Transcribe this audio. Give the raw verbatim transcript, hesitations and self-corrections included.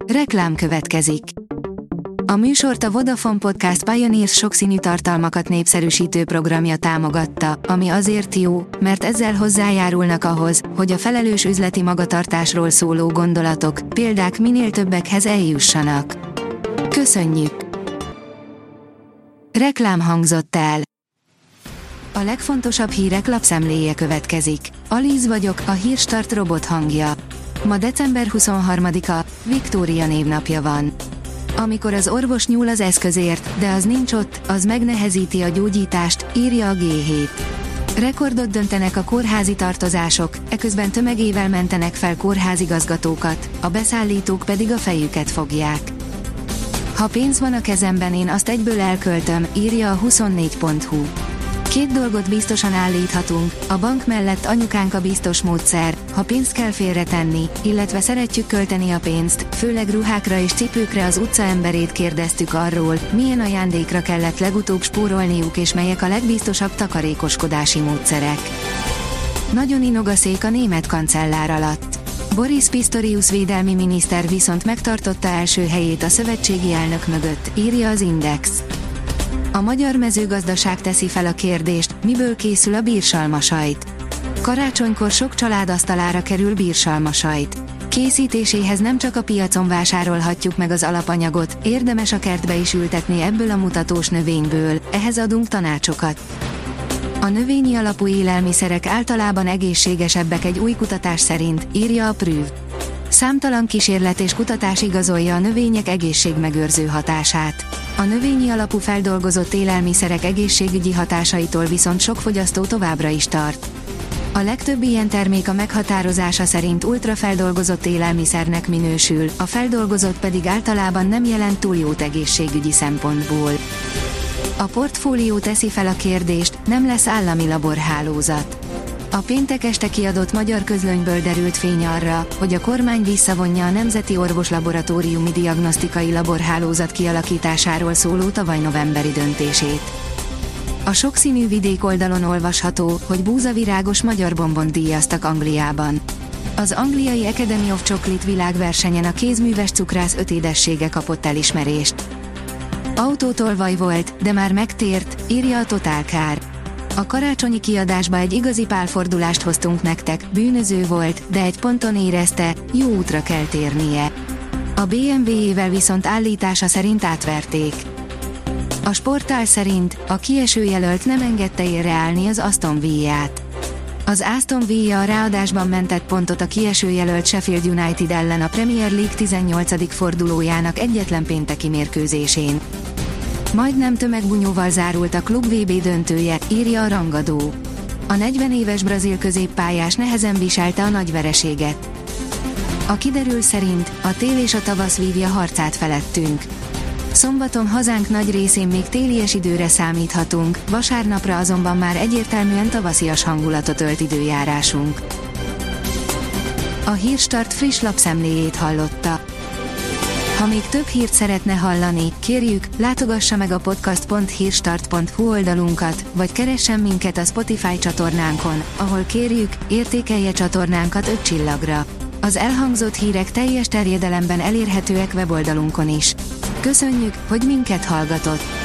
Reklám következik. A műsort a Vodafone Podcast Pioneers sokszínű tartalmakat népszerűsítő programja támogatta, ami azért jó, mert ezzel hozzájárulnak ahhoz, hogy a felelős üzleti magatartásról szóló gondolatok, példák minél többekhez eljussanak. Köszönjük! Reklám hangzott el. A legfontosabb hírek lapszemléje következik. Alíz vagyok, a Hírstart robot hangja. Ma december huszonharmadika, Viktória névnapja van. Amikor az orvos nyúl az eszközért, de az nincs ott, az megnehezíti a gyógyítást, írja a gé hét. Rekordot döntenek a kórházi tartozások, eközben tömegével mentenek fel kórházigazgatókat, a beszállítók pedig a fejüket fogják. Ha pénz van a kezemben, én azt egyből elköltöm, írja a huszonnégy pont hu. Két dolgot biztosan állíthatunk, a bank mellett anyukánk a biztos módszer, ha pénzt kell félretenni, illetve szeretjük költeni a pénzt, főleg ruhákra és cipőkre. Az utcaemberét kérdeztük arról, milyen ajándékra kellett legutóbb spórolniuk és melyek a legbiztosabb takarékoskodási módszerek. Nagyon inog a szék a német kancellár alatt. Boris Pistorius védelmi miniszter viszont megtartotta első helyét a szövetségi elnök mögött, írja az Index. A magyar mezőgazdaság teszi fel a kérdést, miből készül a bírsalmasajt. Karácsonykor sok család asztalára kerül bírsalmasajt. Készítéséhez nem csak a piacon vásárolhatjuk meg az alapanyagot, érdemes a kertbe is ültetni ebből a mutatós növényből, ehhez adunk tanácsokat. A növényi alapú élelmiszerek általában egészségesebbek egy új kutatás szerint, írja a Prüv. Számtalan kísérlet és kutatás igazolja a növények egészségmegőrző hatását. A növényi alapú feldolgozott élelmiszerek egészségügyi hatásaitól viszont sok fogyasztó továbbra is tart. A legtöbb ilyen termék a meghatározása szerint ultrafeldolgozott élelmiszernek minősül, a feldolgozott pedig általában nem jelent túl jót egészségügyi szempontból. A Portfólió teszi fel a kérdést, nem lesz állami laborhálózat. A péntek este kiadott Magyar Közlönyből derült fény arra, hogy a kormány visszavonja a Nemzeti Orvoslaboratóriumi Diagnosztikai Laborhálózat kialakításáról szóló tavaly novemberi döntését. A sokszínű vidék oldalon olvasható, hogy búzavirágos magyar bombont díjaztak Angliában. Az angliai Academy of Chocolate világversenyen a kézműves cukrász öt édessége kapott elismerést. Autótolvaj volt, de már megtért, írja a Total Car. A karácsonyi kiadásba egy igazi pálfordulást hoztunk nektek, bűnöző volt, de egy ponton érezte, jó útra kell térnie. A bé em vé-jével viszont állítása szerint átverték. A sportál szerint a kieső jelölt nem engedte érre állni az Aston Villát. Az Aston Villa a ráadásban mentett pontot a kieső jelölt Sheffield United ellen a Premier League tizennyolcadik fordulójának egyetlen pénteki mérkőzésén. Majdnem tömegbunyóval zárult a klub vé bé döntője, írja a rangadó. A negyven éves brazil középpályás nehezen viselte a nagy vereséget. A kiderül szerint a tél és a tavasz vívja harcát felettünk. Szombaton hazánk nagy részén még télies időre számíthatunk, vasárnapra azonban már egyértelműen tavaszias hangulatot ölt időjárásunk. A Hírstart friss lapszemléjét hallotta. Ha még több hírt szeretne hallani, kérjük, látogassa meg a podcast pont hírstart pont hu oldalunkat, vagy keressen minket a Spotify csatornánkon, ahol kérjük, értékelje csatornánkat öt csillagra. Az elhangzott hírek teljes terjedelemben elérhetőek weboldalunkon is. Köszönjük, hogy minket hallgatott!